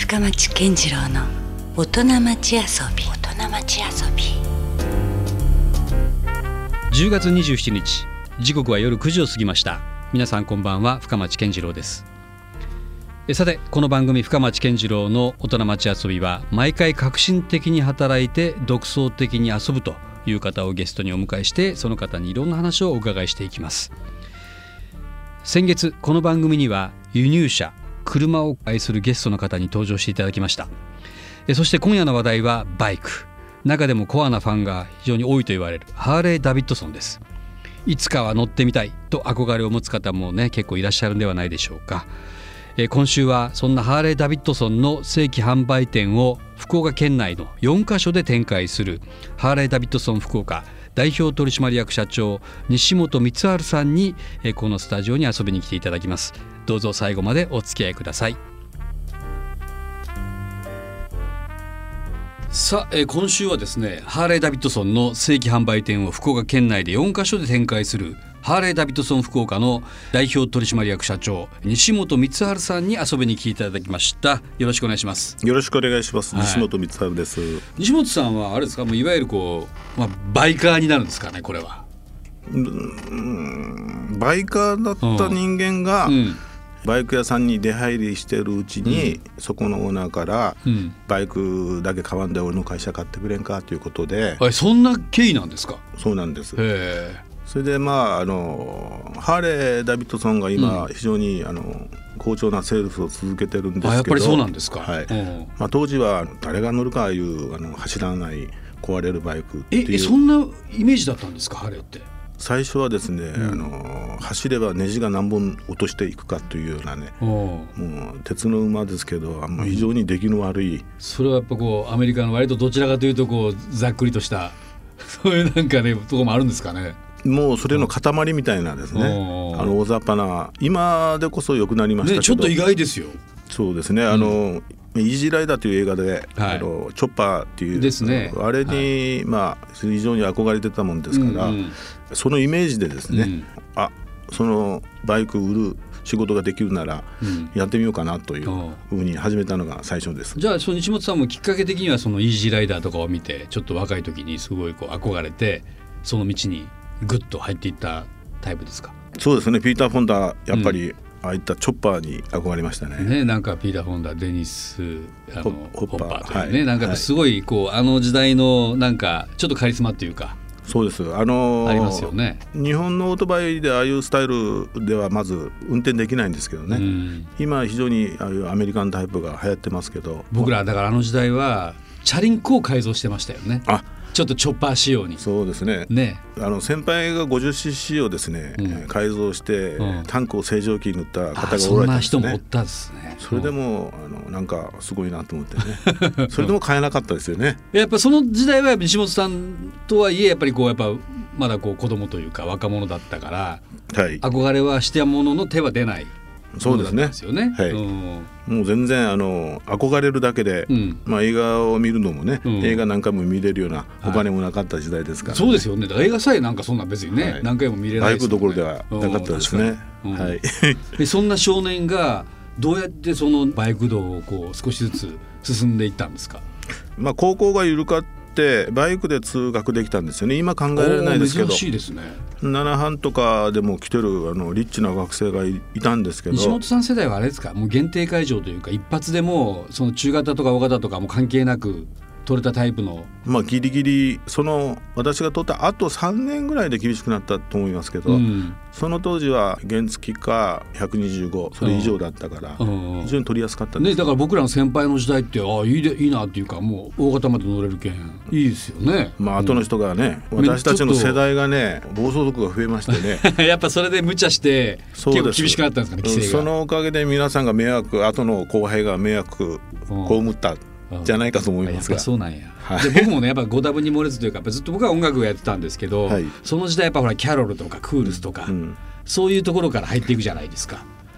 深町健次郎の大人町遊び。 10月27日、時刻は夜9時を過ぎました。皆さんこんばんは、深町健次郎です。さて、この番組深町健次郎の大人町遊びは毎回革新的に働いて独創的に遊ぶという方をゲストにお迎えして、その方にいろんな話をお伺いしていきます。先月この番組には輸入車、車を愛するゲストの方に登場していただきました。そして今夜の話題はバイク、中でもコアなファンが非常に多いと言われるハーレー・ダビッドソンです。いつかは乗ってみたいと憧れを持つ方もね、結構いらっしゃるんではないでしょうか。今週はそんなハーレー・ダビッドソンの正規販売店を福岡県内の4カ所で展開するハーレー・ダビッドソン福岡代表取締役社長西本光晴さんにこのスタジオに遊びに来ていただきます。どうぞ最後までお付き合いください。さあ、今週はですね、ハーレー・ダビッドソンの正規販売店を福岡県内で4カ所で展開するハーレー・ダビッドソン福岡の代表取締役社長西本光晴さんに遊びに来ていただきました。よろしくお願いします。 よろしくお願いします、西本光晴です。 西本さんはあれですか、もういわゆるバイカーになるんですかね。これはバイカーだった人間が、バイク屋さんに出入りしてるうちに、そこのオーナーから、バイクだけ買わんで俺の会社買ってくれんかということで。 そんな経緯なんですか。 そうなんです。それでハーレー・ダビッドソンが今、非常に好調なセールスを続けてるんですけど。 やっぱりそうなんですか。 当時は誰が乗るかいう走らない壊れるバイクっていうそんなイメージだったんですか、ハーレーって。 最初はですね、走ればネジが何本落としていくかというようなね、もう鉄の馬ですけど非常に出来の悪い、 それはやっぱアメリカの割とどちらかというとざっくりとしたそういうところもあるんですかね。 もうそれの塊みたいなですね、大雑把な、今でこそ良くなりましたけど、 ちょっと意外ですよ。 そうですね、イージーライダーという映画で、チョッパーっていうですね、あれに、非常に憧れてたもんですから、そのイメージでですね、そのバイク売る仕事ができるならやってみようかなというふうに始めたのが最初です。 じゃあ西本さんもきっかけ的にはそのイージーライダーとかを見て、ちょっと若い時にすごい憧れて、その道にグッと入っていったタイプですか。 そうですね、ピーター・フォンダ、やっぱり、ああいったチョッパーに憧れましたね。 なんかピーター・フォンダ、デニス・ホッパーというね、 なんかすごい時代のなんかちょっとカリスマっていうか。 そうです。 ありますよね。 日本のオートバイでああいうスタイルではまず運転できないんですけどね、今非常にああいうアメリカンタイプが流行ってますけど、 僕らだから時代はチャリンコを改造してましたよね。ちょっとチョッパー仕様に。 そうですね。先輩が 50cc をですね、改造して、タンクを清浄機に塗った方がおられたんですね。 そんな人もおったですね。 それでもなんかすごいなと思ってねそれでも買えなかったですよね。 やっぱその時代は西本さんとはいえやっぱりまだ子供というか若者だったから、憧れはしてものの手は出ない。 そうですね。もう全然憧れるだけで、映画を見るのもね、映画何回も見れるようなお金もなかった時代ですから、 そうですよね。だから映画さえなんかそんな別にね、何回も見れないですよね。 バイクどころではなかったですね。 そんな少年がどうやってそのバイク道を少しずつ進んでいったんですか。 高校が緩かってバイクで通学できたんですよね。今考えられないですけど、 珍しいですね。 7班とかでも来てるリッチな学生が いたんですけど、 西本さん世代はあれですか、もう限定会場というか一発でもその中型とか大型とかも関係なく取れたタイプの。 ギリギリ私が取ったあと3年ぐらいで厳しくなったと思いますけど、その当時は原付か125それ以上だったから非常に取りやすかったんです、 だから僕らの先輩の時代っていいなっていうか、もう大型まで乗れるけんいいですよね。 後の人がね、私たちの世代がね、暴走族が増えましてねやっぱそれで無茶して結構厳しくなったんですかね、規制が。 そのおかげで皆さんが後の後輩が迷惑被ったじゃないかと思いますが。 やっぱそうなんや。で僕もね、やっぱゴダブに漏れずというか、ずっと僕は音楽をやってたんですけど、その時代やっぱキャロルとかクールスとか、そういうところから入っていくじゃないですか。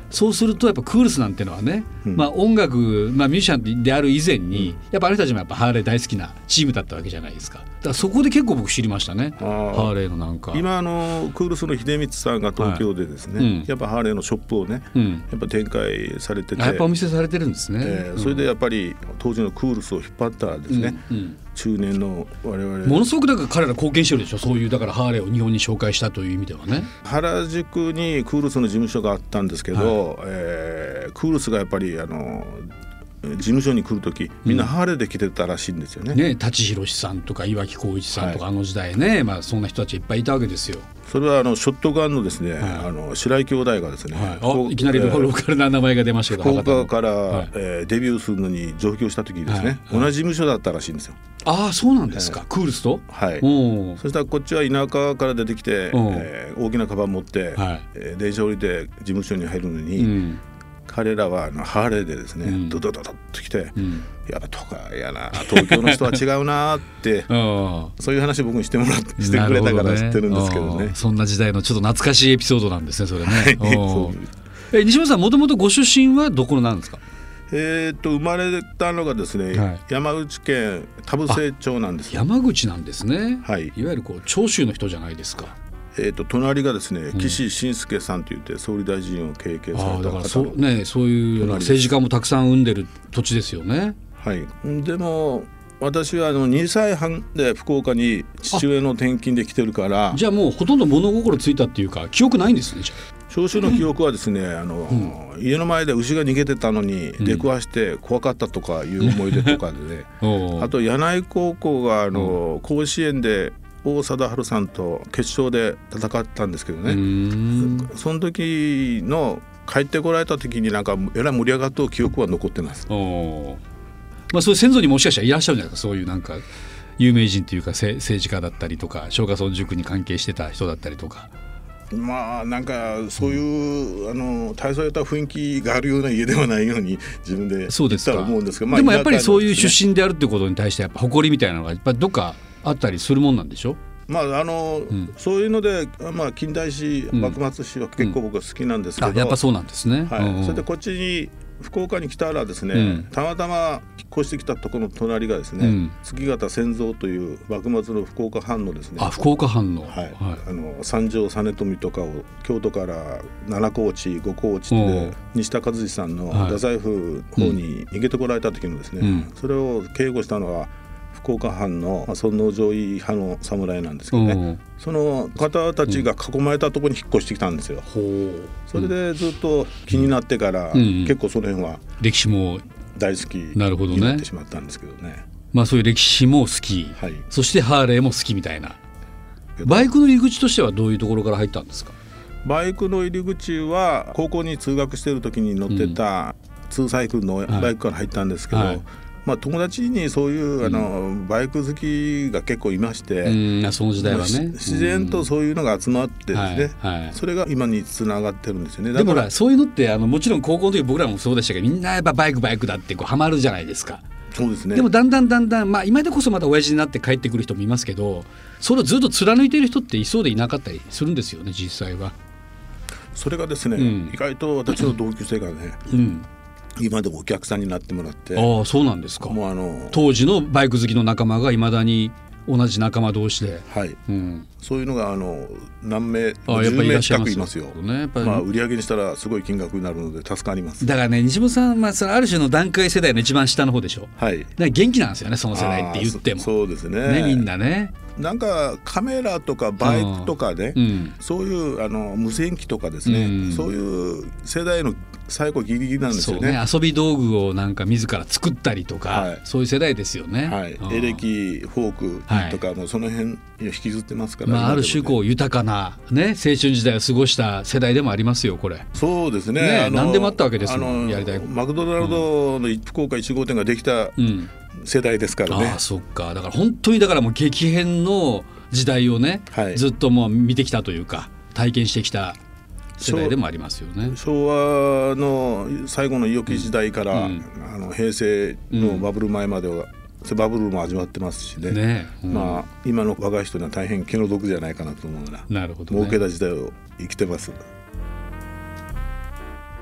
そうするとやっぱクールスなんてのはね、音楽、ミュージシャンである以前に、やっぱあの人たちもやっぱハーレー大好きなチームだったわけじゃないですか。だからそこで結構僕知りましたね、ハーレーのなんか。 今クールスの秀光さんが東京でですね、やっぱハーレーのショップをね、やっぱ展開されてて、 やっぱお店されてるんですね。 それでやっぱり当時のクールスを引っ張ったですね、中年の我々 ものすごくだから彼ら貢献してるでしょ。そういうだからハーレーを日本に紹介したという意味ではね。 原宿にクールスの事務所があったんですけど、クールスがやっぱり事務所に来るときみんなハーレーで来てたらしいんですよね。 舘ひろしさんとか岩城浩一さんとか、あの時代ね、そんな人たちいっぱいいたわけですよ。 それはショットガンのですね、白井兄弟がですね、 いきなりローカルな名前が出ましたけど、 福岡から、デビューするのに上京したときにですね、同じ事務所だったらしいんですよ。 そうなんですか、クールスと。 そしたらこっちは田舎から出てきて、大きなカバン持って、電車降りて事務所に入るのに、彼らはハーレーでですね、ドドドドッと来て、やっぱ都会やな、東京の人は違うなってそういう話を僕にしてくれたから知ってるんですけどね。 そんな時代のちょっと懐かしいエピソードなんですね、それね。西本さん、もともとご出身はどこなんですか？ 生まれたのがですね、山口県田布施町なんです。 山口なんですね。 はい、 いわゆる長州の人じゃないですか。 隣がですね、岸信介さんといって総理大臣を経験された方。だからそういう政治家もたくさん生んでる土地ですよね。 はい、でも私は2歳半で福岡に父親の転勤で来てるから。 じゃあもうほとんど物心ついたっていうか記憶ないんですね。じゃあ少々の記憶はですね、家の前で牛が逃げてたのに出くわして怖かったとかいう思い出とかでね、あと柳井高校が甲子園で王貞治さんと決勝で戦ったんですけどね、その時の帰ってこられた時になんかえらい盛り上がった記憶は残ってます。 そういう先祖にもしかしたらいらっしゃるんじゃないですか。そういうなんか有名人というか政治家だったりとか松下村塾に関係してた人だったりとか。 なんかそういう大それた雰囲気があるような家ではないように自分で言ったら思うんですけど、 でもやっぱりそういう出身であるってことに対してやっぱ誇りみたいなのがやっぱりどっかあったりするもんなんでしょ。 そういうので、近代史幕末史は結構僕は好きなんですけど、 やっぱそうなんですね。 それでこっちに福岡に来たらですね、たまたま引っ越してきたところの隣がですね、月形千蔵という幕末の福岡藩のですね、 福岡藩の、 三条実富とかを京都から7高地5高地で西田和治さんの太宰府の方に逃げてこられた時のですね、それを警護したのは福岡藩の尊王攘夷派の侍なんですけどね、その方たちが囲まれたところに引っ越してきたんですよ。それでずっと気になってから、結構その辺は歴史も大好きになってしまったんですけどね。 そういう歴史も好き、そしてハーレーも好きみたいな。バイクの入り口としてはどういうところから入ったんですか？ バイクの入り口は高校に通学している時に乗ってたツーサイクルのバイクから入ったんですけど、友達にそういうバイク好きが結構いまして、 その時代はね、 自然とそういうのが集まってですね、それが今につながってるんですよね。 でもそういうのってもちろん高校の時僕らもそうでしたけど、みんなやっぱバイクだってハマるじゃないですか。 そうですね。 でもだんだん、今でこそまた親父になって帰ってくる人もいますけど、それをずっと貫いている人っていそうでいなかったりするんですよね、実際は。 それがですね、意外と私の同級生がね、今でもお客さんになってもらって。 そうなんですか。当時のバイク好きの仲間がいまだに同じ仲間同士で、 そういうのが何名10名近くいますよ。売り上げにしたらすごい金額になるので助かります。 だからね、西本さん、そのある種の団塊世代の一番下の方でしょ。元気なんですよね、その世代って言っても。 そうですね。 みんなね。 なんかカメラとかバイクとかね、そういう無線機とかですね、そういう世代の最後ギリギリなんですよね。 遊び道具をなんか自ら作ったりとか、そういう世代ですよね。 エレキフォークとかもその辺引きずってますから、 ある種豊かな、青春時代を過ごした世代でもありますよ、これ。 そうですね。 何でもあったわけですもん、やりたい。 マクドナルドの福岡1号店ができた世代ですからね。 そっか。だから本当にもう激変の時代をね、ずっともう見てきたというか体験してきた世代でもありますよね。 昭和の最後の良き時代から、平成のバブル前までは、バブルも味わってますしね。今の若い人には大変気の毒じゃないかなと思うな。 なるほど、 儲けた時代を生きてます。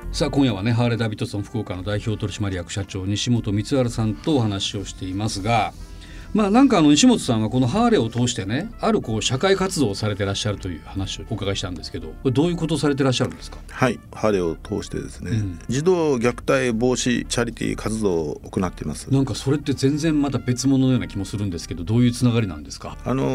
さあ今夜はねハーレーダビッドソン福岡の代表取締役社長西本光晴さんとお話をしていますが、なんか西本さんはこのハーレーを通してねある社会活動をされてらっしゃるという話をお伺いしたんですけど、これどういうことをされてらっしゃるんですか？ はい、ハーレーを通してですね、児童虐待防止チャリティー活動を行っています。 なんかそれって全然また別物のような気もするんですけど、どういうつながりなんですか？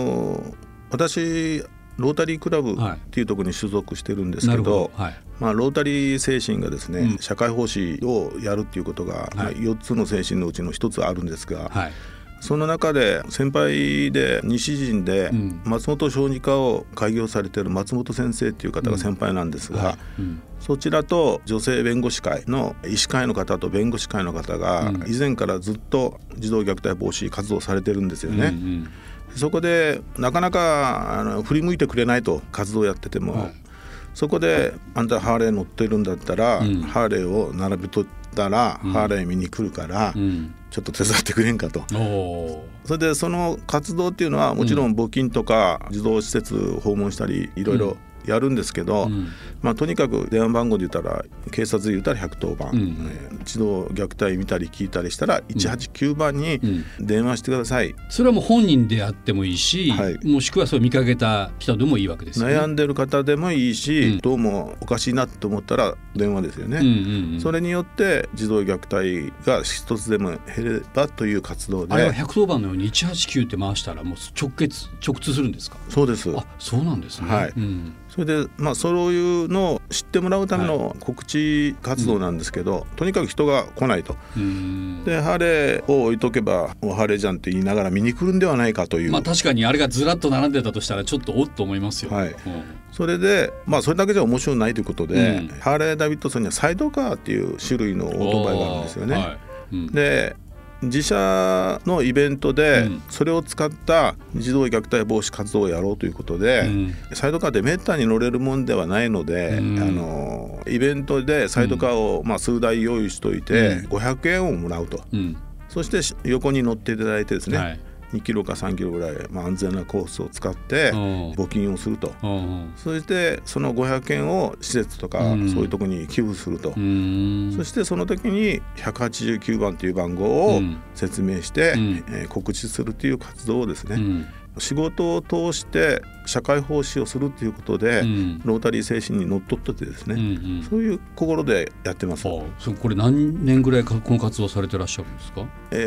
私ロータリークラブっていうところに所属してるんですけど、ロータリー精神がですね、社会奉仕をやるっていうことが、4つの精神のうちの1つあるんですが、その中で先輩で西陣で松本小児科を開業されている松本先生っていう方が先輩なんですが、そちらと女性弁護士会の医師会の方と弁護士会の方が以前からずっと児童虐待防止活動をされてるんですよね。そこでなかなか振り向いてくれないと活動をやってても、そこであんたハーレー乗ってるんだったら、ハーレーを並べとったら、ハーレー見に来るから、ちょっと手伝ってくれんかと。それでその活動っていうのはもちろん募金とか児童施設訪問したりいろいろやるんですけど、とにかく電話番号で言ったら警察で言ったら110番、児童虐待見たり聞いたりしたら189番に電話してください。 それはもう本人であってもいいし、もしくはそう見かけた人でもいいわけですよね。 悩んでる方でもいいし、どうもおかしいなと思ったら電話ですよね。それによって児童虐待が一つでも減ればという活動で。 あれは110番のように189って回したらもう直通するんですか？ そうです。 あ、そうなんですね。 それでそういうのを知ってもらうための告知活動なんですけど、とにかく人が来ないと。でハーレーを置いとけばハーレーじゃんって言いながら見に来るんではないかという。 確かにあれがずらっと並んでたとしたらちょっとおっと思いますよ。 それでそれだけじゃ面白いないということで、ハーレーダビッドソンにはサイドカーっていう種類のオートバイがあるんですよね。で自社のイベントでそれを使った児童虐待防止活動をやろうということで、サイドカーってめったに乗れるもんではないので、イベントでサイドカーを数台用意しておいて500円をもらうと、そして横に乗っていただいてですね、2キロか3キロぐらい、安全なコースを使って募金をすると、そしてその500円を施設とかそういうところに寄付すると、そしてその時に189番という番号を説明して、告知するという活動をですね、仕事を通して社会奉仕をするということで、ロータリー精神にのっとっててですね、そういう心でやってます。 これ何年ぐらいこの活動されてらっしゃるんですか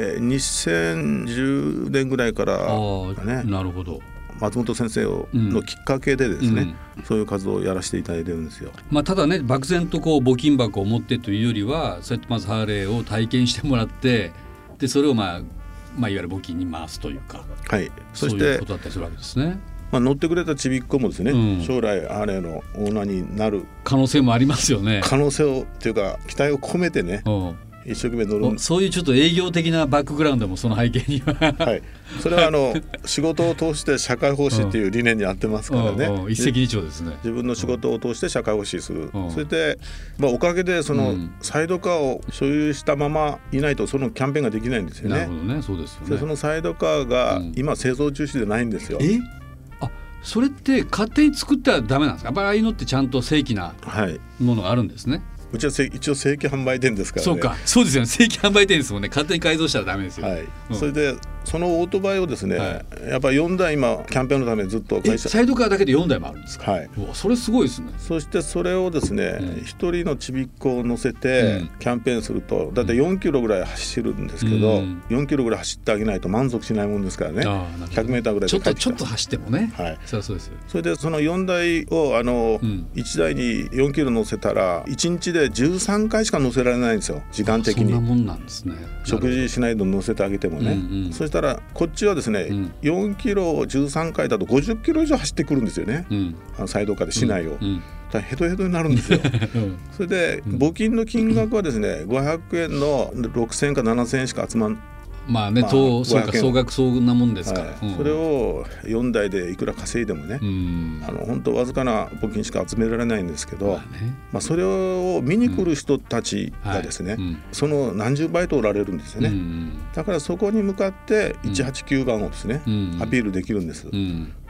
？2010年ぐらいからね。 なるほど。 松本先生のきっかけでですね、そういう活動をやらせていただいてるんですよ。 ただね、漠然と募金箱を持ってというよりは、そうやってまずハーレーを体験してもらって、でそれをいわゆる募金に回すというか、そしてそういうことだったりするわけですね。 乗ってくれたちびっ子もですね、将来ハーレーのオーナーになる可能性もありますよね。 可能性をっていうか期待を込めてね、一生懸命乗る。 そういうちょっと営業的なバックグラウンドもその背景にはそれは仕事を通して社会奉仕っていう理念に合ってますからね。 一石二鳥ですね。 自分の仕事を通して社会奉仕する。それで、おかげでそのサイドカーを所有したままいないとそのキャンペーンができないんですよね。 なるほどね。そうですよね。 でそのサイドカーが今製造中止でないんですよ。 それって勝手に作ったらダメなんですか？やっぱりああいうのってちゃんと正規なものがあるんですね。 うちは一応正規販売店ですからね。 そうですよね。正規販売店ですもんね。勝手に改造したらダメですよ。 それでそのオートバイをですね、やっぱり4台今キャンペーンのためにずっと会社サイドカーだけで4台もあるんですか？それすごいですね。 そしてそれをですね、1人のちびっ子を乗せてキャンペーンするとだいたい4キロぐらい走るんですけど、4キロぐらい走ってあげないと満足しないもんですからね。100メーターぐらいで帰ってきた。 ちょっと走ってもね。そうです。 それでその4台を1台に4キロ乗せたら1日で13回しか乗せられないんですよ、時間的に。 そんなもんなんですね。 食事しないと乗せてあげてもね。そしたらこっちはですね、4キロを13回だと50キロ以上走ってくるんですよね、サイドカーで市内を。ヘトヘトになるんですよ。それで募金の金額はですね、500円の6000円か7000円しか集まん総額そんなもんですから、それを4台でいくら稼いでもね、本当わずかな募金しか集められないんですけど、それを見に来る人たちがですね、その何十倍とおられるんですよね。だからそこに向かって189番をですね、アピールできるんです。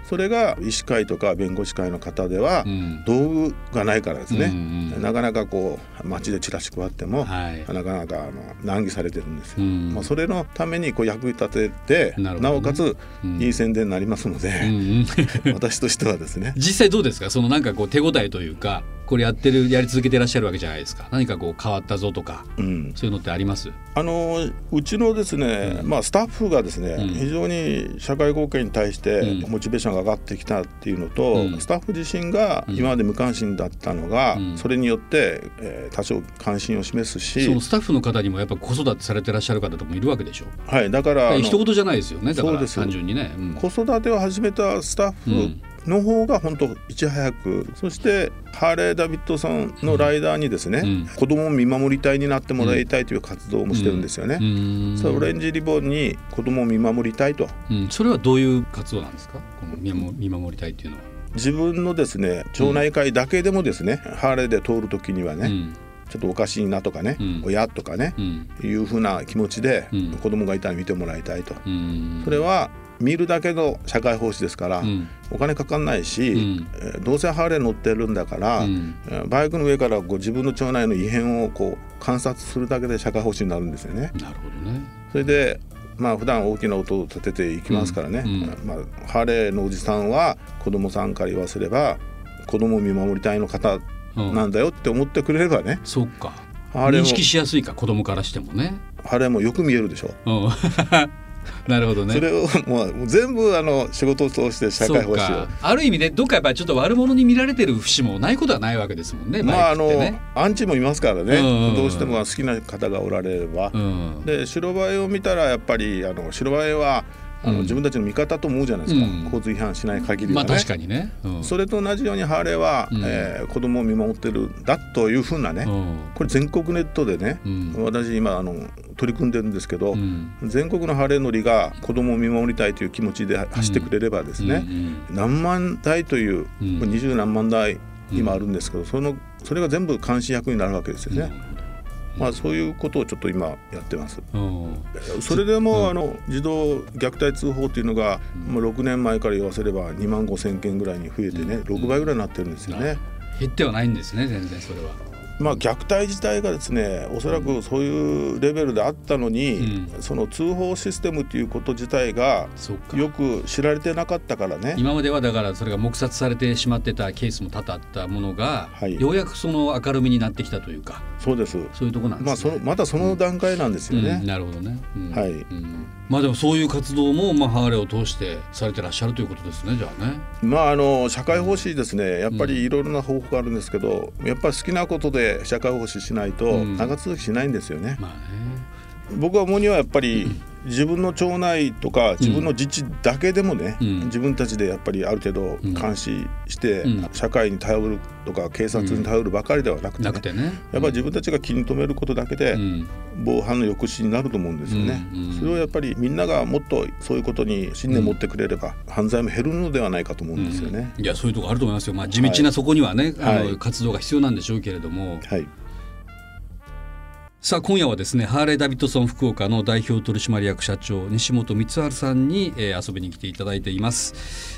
それが医師会とか弁護士会の方では道具がないからですね、なかなかこう街でチラシ配っても、なかなか難儀されてるんですよ。それのためにこう役に立てて なおかついい宣伝になりますので、私としてはですね。 実際どうですか、そのなんかこう手応えというか、これやり続けてらっしゃるわけじゃないですか。何かこう変わったぞとか、そういうのってあります？ うちのですね、スタッフがですね、非常に社会貢献に対してモチベーションが上がってきたっていうのと、スタッフ自身が今まで無関心だったのが、それによって、多少関心を示すし、 そのスタッフの方にもやっぱ子育てされてらっしゃる方とかもいるわけでしょ。 はい、だから一言じゃないですよね。だから単純にね、 子育てを始めたスタッフの方が本当いち早く、そしてハーレー・ダビッドソンのライダーにですね、子供を見守り隊になってもらいたいという活動もしてるんですよね。それオレンジリボンに子供を見守りたいと、 それはどういう活動なんですか、この見守り隊っていうのは。 自分のですね町内会だけでもですね、ハーレーで通るときにはね、ちょっとおかしいなとかね、親とかね、いうふうな気持ちで子供がいたら見てもらいたいと、それは見るだけの社会奉仕ですから、お金かかんないし、どうせハーレー乗ってるんだから、バイクの上からこう自分の町内の異変をこう観察するだけで社会奉仕になるんですよね。 なるほどね。 それで普段大きな音を立てていきますからね、ハーレーのおじさんは子供さんから言わせれば子供を見守り隊の方なんだよって思ってくれればね、 そうか、認識しやすいか、子供からしてもね。 ハーレーもよく見えるでしょ。 なるほどね。 それをもう全部仕事を通して社会奉仕を、 ある意味でどっかやっぱりちょっと悪者に見られてる節もないことはないわけですもんね。 アンチもいますからね、どうしても好きな方がおられれば、で白バイを見たらやっぱり白バイは自分たちの味方と思うじゃないですか、交通違反しない限りはね。 確かにね、 それと同じようにハーレーは、子供を見守ってるんだというふうなね、これ全国ネットでね、私今取り組んでるんですけど、全国のハーレー乗りが子供を見守りたいという気持ちで走ってくれればですね、何万台という、20何万台今あるんですけど、それが全部監視役になるわけですよね。そういうことをちょっと今やってます。それでも児童虐待通報というのが6年前から言わせれば2万5,000件ぐらいに増えてね、6倍ぐらいになってるんですよね。 減ってはないんですね、全然それは。 虐待自体がですね、おそらくそういうレベルであったのに、その通報システムということ自体がよく知られてなかったからね。 今まではだからそれが黙殺されてしまってたケースも多々あったものが、ようやくその明るみになってきたというか。 そうです。 そういうところなんですね。 まだその段階なんですよね。 なるほどね。 はい。 でもそういう活動もハーレーを通してされてらっしゃるということですね、じゃあね。社会奉仕ですね、やっぱりいろいろな方法があるんですけど、やっぱり好きなことで社会奉仕しないと長続きしないんですよね。僕は思うにはやっぱり自分の町内とか自分の自治だけでもね、自分たちでやっぱりある程度監視して、社会に頼るとか警察に頼るばかりではなくてね、やっぱり自分たちが気に留めることだけで防犯の抑止になると思うんですよね。それをやっぱりみんながもっとそういうことに信念を持ってくれれば、犯罪も減るのではないかと思うんですよね。 いや、そういうところあると思いますよ。地道なそこにはね、活動が必要なんでしょうけれども、さあ今夜はですね、ハーレーダビッドソン福岡の代表取締役社長西本光晴さんに、遊びに来ていただいています。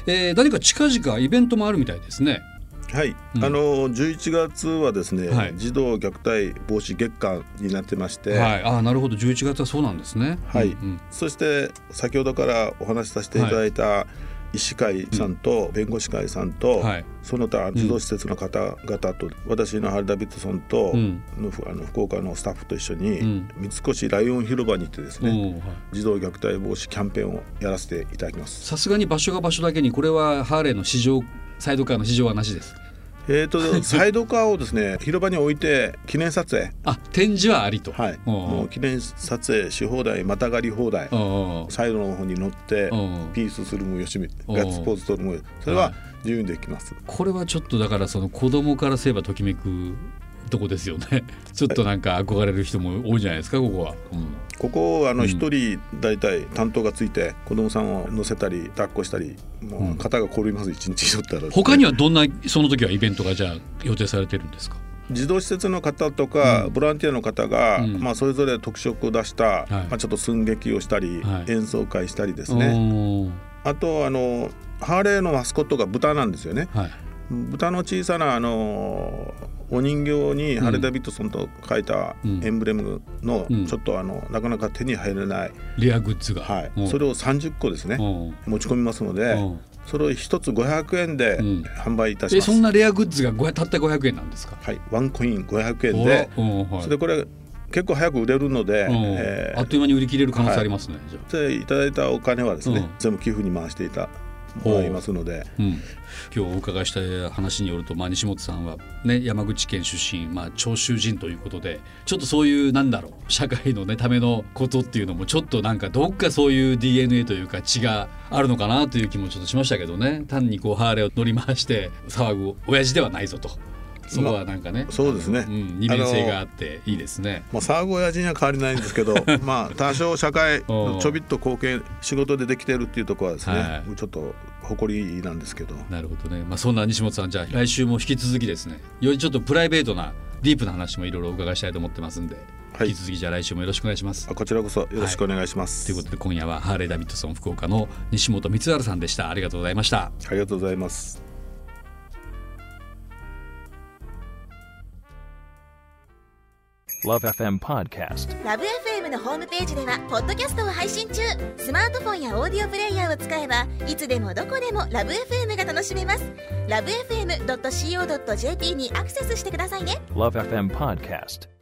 何か近々イベントもあるみたいですね。 はい、11月はですね、児童虐待防止月間になってまして、 なるほど、11月はそうなんですね。 そして先ほどからお話しさせていただいた、医師会さんと弁護士会さんと、その他児童施設の方々と、私のハーレーダビッドソンと、福岡のスタッフと一緒に、三越ライオン広場に行ってですね、児童虐待防止キャンペーンをやらせていただきます。 さすがに場所が場所だけに、これはハーレーのサイドカーの試乗はなしです。 サイドカーをですね広場に置いて記念撮影、 展示はありと、 もう記念撮影し放題、またがり放題、サイドの方に乗ってピースするもよし、ガッツポーズ取るもよし、それは自由にできます。 これはちょっとだからその子供からすればときめくとこですよね。ちょっとなんか憧れる人も多いんじゃないですか、ここは。 ここ一人だいたい担当がついて子供さんを乗せたり抱っこしたり、もう肩が凝ります。一日乗ったら、 他にはどんなその時はイベントがじゃあ予定されてるんですか。 児童施設の方とか、ボランティアの方が、それぞれ特色を出した、ちょっと寸劇をしたり、演奏会したりですね。 あとハーレーのマスコットが豚なんですよね、はい、豚の小さなお人形にハーレー・ダビッドソンと書いたエンブレムのちょっとなかなか手に入れないレアグッズが、 はい、それを30個ですね持ち込みますので、それを1つ500円で販売いたします。 そんなレアグッズがたった500円なんですか？ はい、ワンコイン500円で、はい、それこれ結構早く売れるので、 あっという間に売り切れる可能性ありますね、はい、 じゃあいただいたお金はですね、全部寄付に回していたもらいますので、 今日お伺いした話によると、西本さんは、ね、山口県出身、長州人ということで、ちょっとそういう社会の、ためのことっていうのもちょっとどっかそういう DNA というか血があるのかなという気もちょっとしましたけどね。単にハーレーを乗り回して騒ぐ親父ではないぞと。そこはそうですね、 二面性があっていいですね。 騒ぐ親父には変わりないんですけど多少社会ちょびっと貢献仕事でできてるっていうところはですね、はい、ちょっと誇りなんですけど。 なるほどね。そんな西本さん、じゃあ来週も引き続きですね、よりちょっとプライベートなディープな話もいろいろお伺いしたいと思ってますんで、はい、引き続きじゃあ来週もよろしくお願いします。 こちらこそよろしくお願いします、 ということで今夜はハーレー・ダビッドソン福岡の西本光晴さんでした。ありがとうございました。 ありがとうございます。 LoveFM Podcast。LoveFM のホームページではポッドキャストを配信中。スマートフォンやオーディオプレイヤーを使えばいつでもどこでも LoveFM が楽しめます。LoveFM.co.jp にアクセスしてくださいね。LoveFM Podcast。